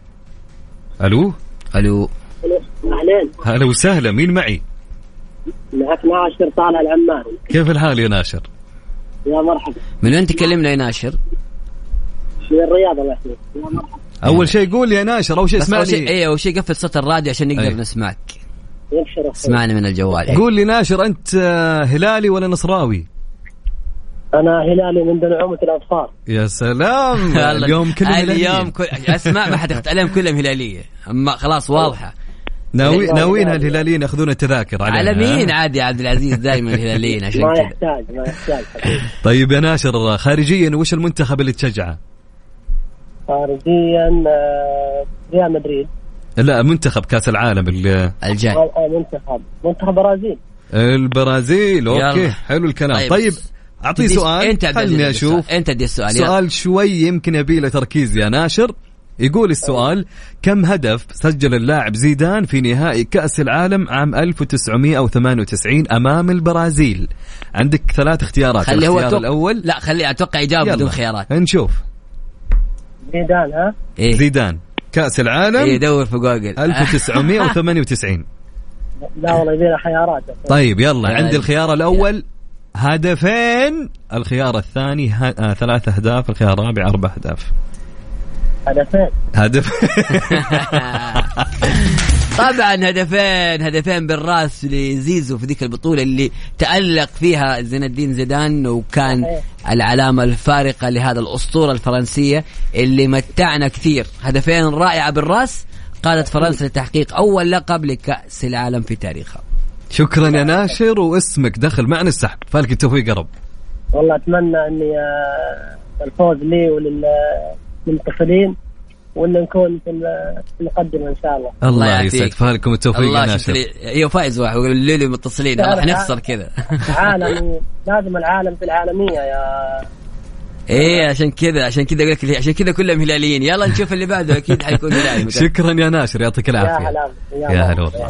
B: الو
C: الو
D: اهلين.
B: هلا وسهلا، مين معي؟
D: معك ناشر طالع العماني.
B: كيف الحال يا ناشر؟
D: يا مرحبا.
C: من وين تكلمنا يا ناشر؟
D: من الرياض الله يحييك. يا مرحبا.
B: اول شيء قول يا ناشر، اول شيء اسمعني.
C: اي اول شيء قفل صوت الراديو عشان نقدر أي. نسمعك.
D: يبشر
C: اسمعني من الجوال.
B: قول لي ناشر، انت هلالي ولا نصراوي؟
D: أنا هلالي من دنعومة الأظفار.
B: يا سلام. اليوم كلهم
C: اليوم كل أسماء ما حتخت عليهم كلهم هلالية، أما خلاص واضحة.
B: ناوي ناويين الهلاليين ياخذون التذاكر علينا.
C: على مين عادي يا عبد العزيز؟ دائما الهلاليين عشان
D: ما
C: كذا.
D: يحتاج ما يحتاج.
B: طيب يا ناشر، خارجيا وش المنتخب اللي تشجعه؟
D: خارجيا ريال مدريد.
B: لا منتخب كأس العالم
C: الجاي.
D: منتخب منتخب برازيل.
B: البرازيل. اوكي يلا. حلو الكلام. طيب, طيب اعطيه سؤال.
C: انت
B: خلني اشوف.
C: انت دي السؤال.
B: سؤال شوي يمكن يبي له تركيز يا ناشر. يقول السؤال: كم هدف سجل اللاعب زيدان في نهائي كأس العالم عام ألف وتسعمائة وثمانية وتسعين أمام البرازيل؟ عندك ثلاث اختيارات.
C: خلي هو
B: الخيار الأول.
C: لا خلي أتوقع إجابة بدون خيارات.
B: نشوف.
D: زيدان. ها
C: إيه؟
B: زيدان كأس العالم.
C: إيه دور في جوجل.
B: ألف وتسعمائة وثمانية وتسعين.
D: لا والله يبينا خيارات.
B: طيب يلا. عندي الخيار الأول هدفين، الخيار الثاني ه... آه ثلاث أهداف، الخيار الرابع أربع أهداف.
D: هدفين.
B: هدف.
C: طبعا هدفين، هدفين بالراس لزيزو في ذيك البطولة اللي تألق فيها زين الدين زيدان، وكان العلامة الفارقة لهذا الأسطورة الفرنسية اللي متعنا كثير. هدفين رائعة بالراس قادت فرنسا لتحقيق أول لقب لكأس العالم في تاريخها.
B: شكرا يا ناشر، واسمك دخل معنا السحب. فالك التوفيق يا رب.
D: والله أتمنى أني الفوز لي وللمنتخبين وإن نكون في المقدمة إن شاء الله.
B: الله يسعد فالكم التوفيق يا ناشر.
C: ايوه فايز واحد ويقول لي متصلين راح نخسر كذا.
D: عالمي لازم العالم في العالمية يا
C: ايه عشان كذا عشان كذا اقول لك عشان كذا كلهم هلاليين. يلا نشوف اللي بعده اكيد حيكون هلالي.
B: شكرا يا ناشر يعطيك العافية.
D: يا هلا
B: يا هلا والله.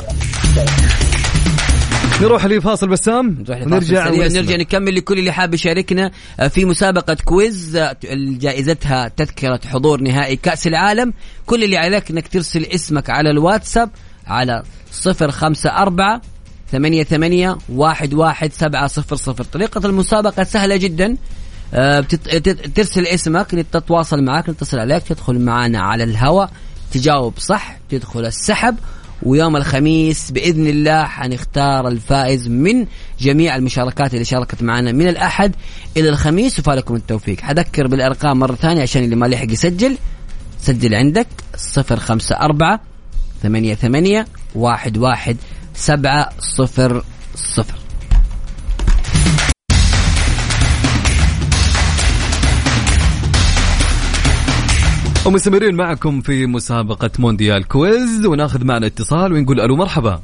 B: نروح لفاصل بسام
C: ونرجع نرجع نكمل. لكل اللي حاب يشاركنا في مسابقة كويز جائزتها تذكرة حضور نهائي كأس العالم، كل اللي عليك انك ترسل اسمك على الواتساب على صفر خمسة أربعة ثمانية ثمانية واحد واحد سبعة صفر صفر. طريقة المسابقة سهلة جدا، ترسل اسمك نتواصل معك نتصل عليك تدخل معنا على الهواء تجاوب صح تدخل السحب، ويوم الخميس بإذن الله حنختار الفائز من جميع المشاركات اللي شاركت معنا من الأحد إلى الخميس. وفالكم التوفيق. حذكر بالأرقام مرة ثانية عشان اللي ما لحق يسجل، سجل عندك صفر خمسة أربعة ثمانية ثمانية واحد واحد سبعة صفر صفر.
B: ومستمرين معكم في مسابقة مونديال كويز، وناخذ معنا اتصال ونقول ألو مرحبا.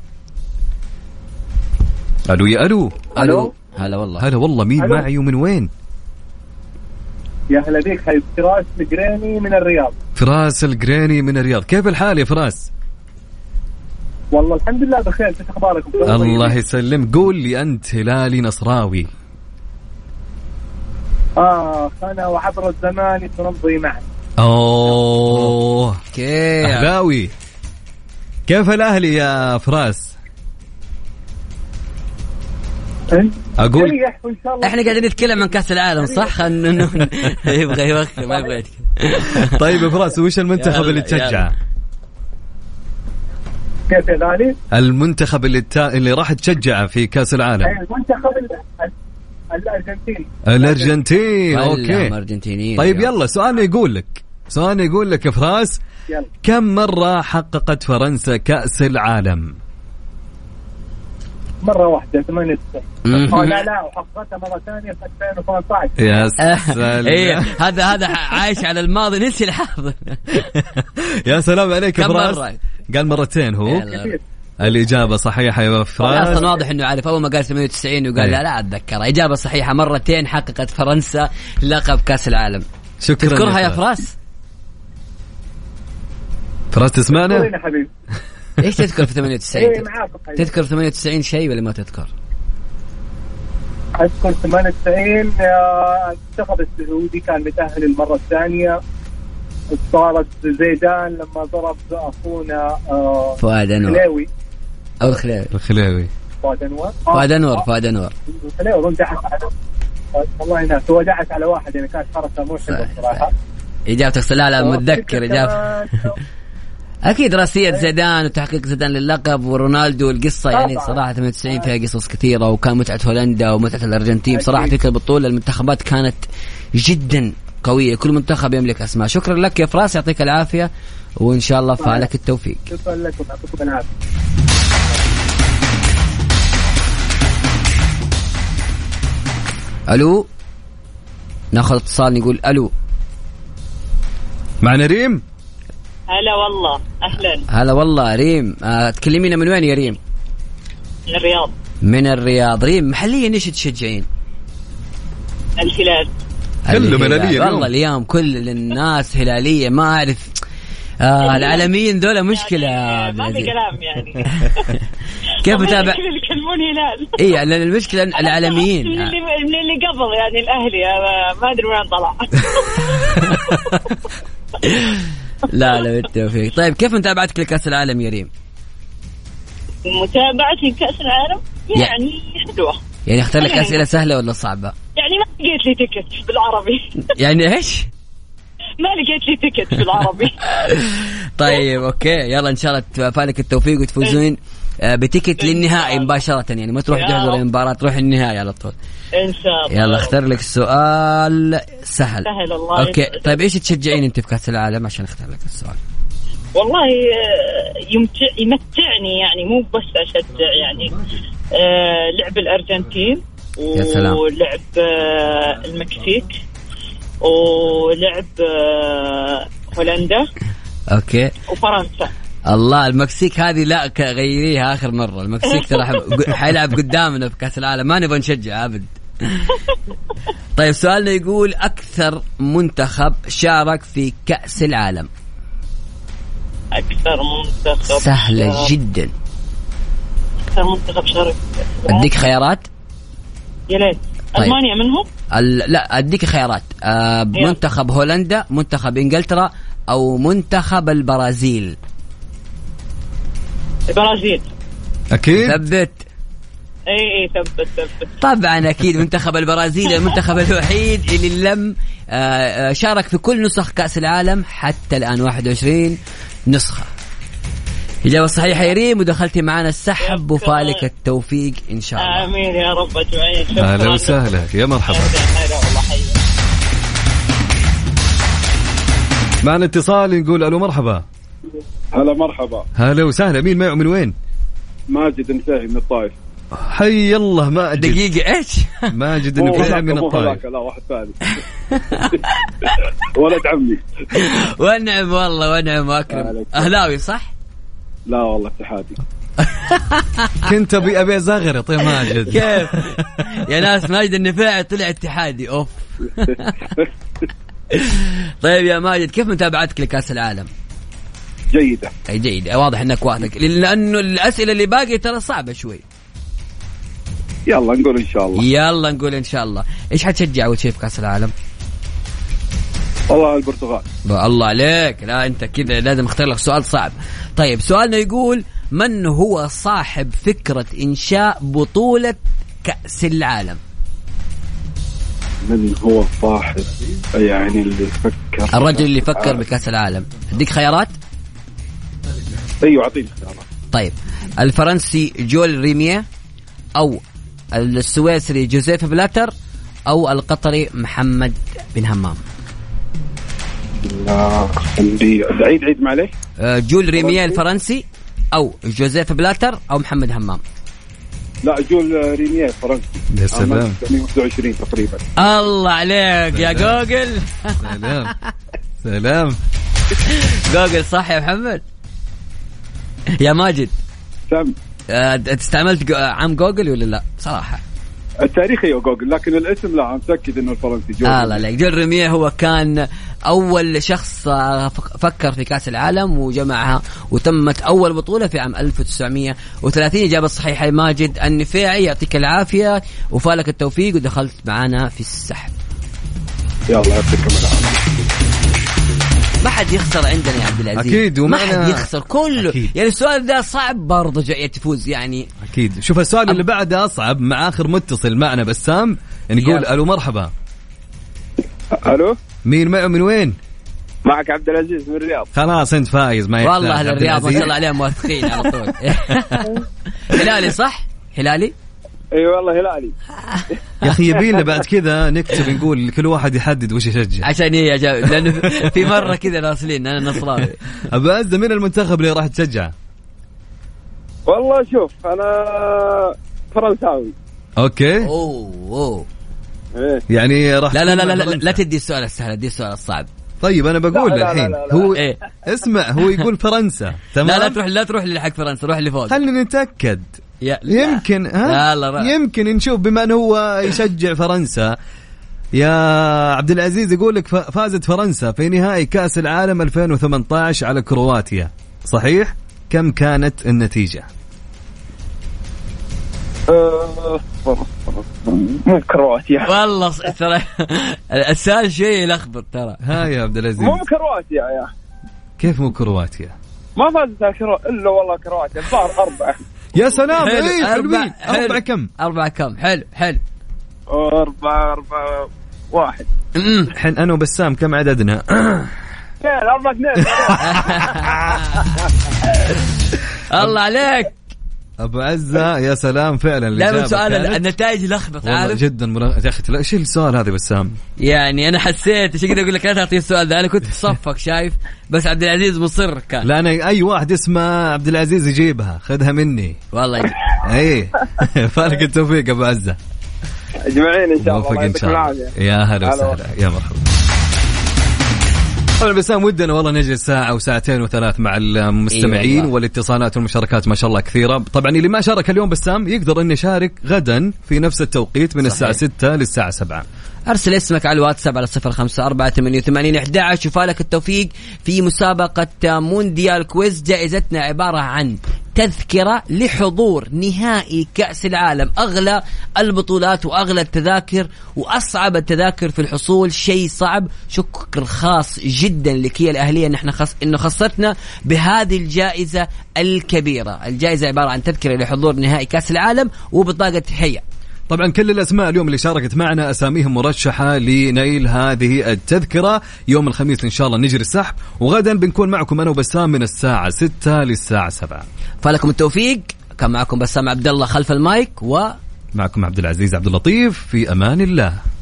B: ألو يا ألو.
C: ألو هلا والله.
B: هلا والله. مين ألو. معي ومن وين؟
G: يا هلا بيك. حي فراس القريني من الرياض.
B: فراس القريني من الرياض، كيف الحال يا فراس؟
G: والله الحمد لله بخير. كيف أخباركم؟
B: الله يسلم. قول لي أنت هلالي نصراوي؟
G: آه أنا وعبر الزمان تنضي معي.
B: أوه
C: كيف
B: أهلاوي. كيف الأهلي يا فراس؟
G: أقول
C: إحنا قاعدين نتكلم عن كأس العالم صح؟ خلنا يبغى يوقف ما يبغى.
B: طيب يا فراس وش المنتخب اللي تشجعه؟
G: كيف الأهلي؟
B: المنتخب اللي تا... اللي راح تشجعه في كأس العالم.
G: المنتخب الأرجنتين.
B: الأرجنتين. أوكي.
C: أرجنتينيين.
B: طيب يلا سؤالنا يقول لك سؤالنا يقول لك يا فراس،
G: يلا.
B: كم مرة حققت فرنسا كأس العالم؟
G: مرة واحدة ثمانية ستة. لا لا وحققتها مرة ثانية في ألفين وثمانية عشر.
B: يا سلام.
C: إيه هذا هذا عايش على الماضي نسي الحاضر.
B: يا سلام عليك يا فراس. قال مرتين هو. الإجابة صحيحة يا فراس.
C: أصلا واضح إنه عارف. أول ما قال ثمانية وتسعين وقال لا لا أتذكر. إجابة صحيحة مرتين حققت فرنسا لقب كأس العالم.
B: شكرا.
C: تذكرها يا فراس؟
B: فراس تسمعنا؟
G: يا حبيبي.
C: إيش تذكر في ثمانية وتسعين؟
G: إيه
C: تذكر ثمانية وتسعين شيء ولا ما تذكر؟
G: أذكر ثمانية وتسعين المنتخب السعودي كان متأهل المرة الثانية. صارت زيدان لما ضرب أخونا
C: فؤاد أنور.
G: الخليوي
C: أو الخليوي.
B: الخليوي.
G: فؤاد أنور.
C: فؤاد أنور. فؤاد أنور.
G: الخليوي ضم دعس على والله ناس هو دعس على واحد يعني كانت حركة مو حلوة صراحة.
C: إجابتك لا لا متذكر إجابة. اكيد راسية زيدان وتحقيق زيدان للقب ورونالدو والقصه يعني صراحه ثمانية وتسعين فيها قصص كثيره، وكان متعه هولندا ومتعه الارجنتين صراحه في البطوله. المنتخبات كانت جدا قويه، كل منتخب يملك اسماء. شكرا لك يا فراس، يعطيك العافيه وان شاء الله فعلك التوفيق.
D: شكرا لكم، يعطيكم العافيه.
C: الو، ناخذ اتصال نقول الو.
B: معنا ريم.
H: هلا والله، اهلا.
C: هلا والله ريم. أه تكلمينا من وين يا ريم؟
H: من الرياض.
C: من الرياض. ريم محليا ايش تشجعين؟
H: الهلال.
B: كلهم هلالية
C: والله اليوم كل الناس هلالية، ما أعرف. آه العالميين دولة مشكلة
H: يعني ما في كلام يعني.
C: كيف متابع؟
H: يكلمون هلال.
C: إيه لأن المشكلة العالميين
H: من اللي من اللي قبل يعني الأهلي ما أدري وين طلع.
C: لا لا بالتوفيق. طيب كيف متابعتك لكأس العالم يا ريم؟
H: متابعتي لكأس العالم يعني حلوة.
C: يعني اختار لك أسئلة سهلة ولا صعبة؟
H: يعني ما لقيت لي تيكت بالعربي.
C: يعني إيش؟
H: ما لقيت لي تيكت بالعربي.
C: طيب أوكي، يلا إن شاء الله توفالك التوفيق وتفوزين بتيكت للنهائي مباشرة. يعني ما تروح تحضر المباراة، تروح النهائي على طول
H: إن شاء الله.
C: يلا اختار لك سؤال سهل.
H: سهل الله.
C: أوكي طيب إيش تشجعين أنت في كأس العالم عشان اختار لك السؤال؟
H: والله يمتع يمتعني يعني، مو بس أشجع يعني. آه لعب الأرجنتين ولعب آه المكسيك ولعب آه هولندا.
C: أوكي.
H: وفرنسا.
C: الله المكسيك هذه لا غيريها آخر مرة. المكسيك ترى حيلعب قدامنا في كأس العالم، ما نبغى نشجع أبد. طيب سؤالنا يقول أكثر منتخب شارك في كأس العالم.
H: أكثر منتخب
C: سهلة
H: شارك.
C: جدا.
H: أكثر منتخب شارك.
C: أديك خيارات؟
H: يا ليت.
C: طيب.
H: ألمانيا منهم؟
C: لا أديك خيارات. آه منتخب هولندا، منتخب إنجلترا، أو منتخب البرازيل.
H: البرازيل.
B: أكيد.
C: ثبت.
H: اي اي ثبت ثبت.
C: طبعا اكيد منتخب البرازيل المنتخب الوحيد اللي لم شارك في كل نسخ كأس العالم حتى الآن، واحد وعشرين نسخة. إجابة صحيحة يا ريم، ودخلتي معنا السحب وفالك التوفيق إن شاء الله.
H: آمين يا رب أجمعين.
B: أهلا وسهلا، يا مرحبا. معنا اتصال نقول ألو مرحبا.
I: هلا مرحبا.
B: هلا وسهلا، مين معه من وين؟
I: ماجد المساهي من الطائف.
B: حي الله ماجد.
C: دقيقة إيش؟
B: ماجد المساهي من الطائف.
I: لا واحد ثاني. ولد عمي.
C: ونعم والله ونعم وأكرم. أهلاوي صح؟
I: لا والله اتحادي.
B: كنت أبي أبي زغرط يا ماجد.
C: كيف يا ناس ماجد النفاعي طلع اتحادي. أوف. طيب يا ماجد كيف متابعتك لكأس العالم؟
I: جيدة.
C: أي جيدة، واضح أنك واثق لأنه الأسئلة اللي باقي ترى صعبة شوي.
I: يلا نقول إن شاء الله.
C: يلا نقول إن شاء الله. إيش حتشجع أول شيء في كأس العالم؟
I: والله البرتغال.
C: الله عليك، لا أنت كذا لازم اختار لك سؤال صعب. طيب سؤالنا يقول من هو صاحب فكرة إنشاء بطولة كأس العالم؟
I: من هو صاحب يعني اللي فكر؟
C: الرجل اللي فكر بكأس العالم. أديك خيارات؟
I: أيوة أعطيني خيارات.
C: طيب الفرنسي جول ريميه، أو السويسري جوزيف بلاتر، أو القطري محمد بن همام.
I: لا عندي عيد عيد معليش.
C: جول ريميه الفرنسي، أو جوزيف بلاتر، أو محمد همام.
I: لا جول ريميه فرنسي.
B: يا سلام.
I: واحد وعشرين تقريبا.
C: الله عليك يا جوجل.
B: سلام سلام.
C: جوجل صح يا محمد. يا ماجد
I: سم
C: استعملت عام جوجل ولا لا؟ صراحة
I: التاريخ هي جوجل، لكن الاسم لا متأكد انه الفرنسي. جول
C: آه لا لا جول ريميه هو كان اول شخص فكر في كأس العالم وجمعها، وتمت اول بطولة في عام ألف وتسعمية وثلاثين. اجابة صحيحة يا ماجد النفاعي، يعطيك العافية وفالك التوفيق، ودخلت معنا في السحب.
I: يلا يعطيكم العافية.
C: ما حد يخسر عندنا يا عبد العزيز.
B: أكيد
C: ما حد يخسر كله.
B: أكيد.
C: يعني السؤال ده صعب برضه جاي تفوز يعني.
B: أكيد. شوف السؤال أب... اللي بعده أصعب مع آخر متصل معنا بسام، نقول ألو مرحبا.
I: ألو
B: مين معه من وين؟
I: معك عبد العزيز من الرياض.
B: خلاص انت فايز، ما
C: والله اهل الرياض ما شاء الله عليهم موثقين على طول. هلالي صح؟ هلالي؟
I: اي والله هلالي.
B: يا اخي يبينا بعد كذا نكتب نقول كل واحد يحدد وش يشجع
C: عشان ايه جا... لانه في مره كذا ناصلين انا نصراوي.
B: ابو عزة من المنتخب اللي راح تشجعه؟
I: والله شوف انا فرنساوي.
B: اوكي.
C: اوه اوه
I: إيه.
B: يعني راح
C: لا لا لا لا, لا, لا تدي السؤال السهل، دي السؤال الصعب.
B: طيب انا بقول الحين هو
C: إيه؟
B: اسمع هو يقول فرنسا تمام.
C: لا لا تروح لا تروح لحق فرنسا، روح اللي فوق.
B: خلينا نتاكد.
C: يا
B: يمكن ها
C: لا لا
B: يمكن نشوف بما انه هو يشجع فرنسا. يا عبد العزيز يقول لك فازت فرنسا في نهائي كأس العالم ألفين وثمانية عشر على كرواتيا، صحيح؟ كم كانت النتيجة؟
I: مو كرواتيا
C: والله ترى السؤال شيء يلخبط ترى.
B: ها يا عبد العزيز
I: مو كرواتيا يا
B: كيف مو كرواتيا؟
I: ما فازت كرواتيا الا والله كرواتيا الظاهر أربعة.
B: يا سلام. ايه
C: أربعة.
B: أربعة كم؟
C: أربعة كم؟ حلو حلو.
I: أربعة أربعة واحد.
B: الحين أنا وبسام كم عددنا؟
I: اثنين أربعة اثنين.
C: الله عليك
B: أبو عزة. يا سلام فعلا.
C: لا سؤال النتائج لخبط عارف
B: جدا ملخبط يا أخي. ايش السؤال هذا بسام؟
C: يعني أنا حسيت ايش كذا أقول لك لا تعطي السؤال ده، أنا كنت في صفك شايف، بس عبد العزيز مصر كان.
B: لا أنا أي واحد اسمه عبد العزيز يجيبها، خذها مني
C: والله.
B: ايه فالك التوفيق أبو عزة
I: أجمعين إن شاء الله.
B: إن شاء الله. يا هلا وسهلا يا مرحبا. طبعا بسام ودنا والله نجلس ساعة وساعتين وثلاث مع المستمعين. إيه والاتصالات والمشاركات ما شاء الله كثيرة. طبعا اللي ما شارك اليوم بسام يقدر انه يشارك غدا في نفس التوقيت من صحيح. الساعة ستة للساعة سبعة.
C: أرسل اسمك على الواتساب على صفر خمسة أربعة ثمانية وثمانين أحد عشر. شوفالك التوفيق في مسابقة مونديال كويز. جائزتنا عبارة عن تذكرة لحضور نهائي كأس العالم، أغلى البطولات وأغلى التذاكر وأصعب التذاكر في الحصول، شيء صعب. شكر خاص جدا لكيا الأهلية إن احنا خص... إنه خصتنا بهذه الجائزة الكبيرة. الجائزة عبارة عن تذكرة لحضور نهائي كأس العالم وبطاقة تحية.
B: طبعا كل الأسماء اليوم اللي شاركت معنا أساميهم مرشحة لنيل هذه التذكرة. يوم الخميس إن شاء الله نجري السحب، وغدا بنكون معكم أنا وبسام من الساعة ستة للساعة سبعة.
C: فلكم التوفيق. كان معكم بسام عبد الله خلف المايك، و
B: معكم عبد العزيز عبد اللطيف. في أمان الله.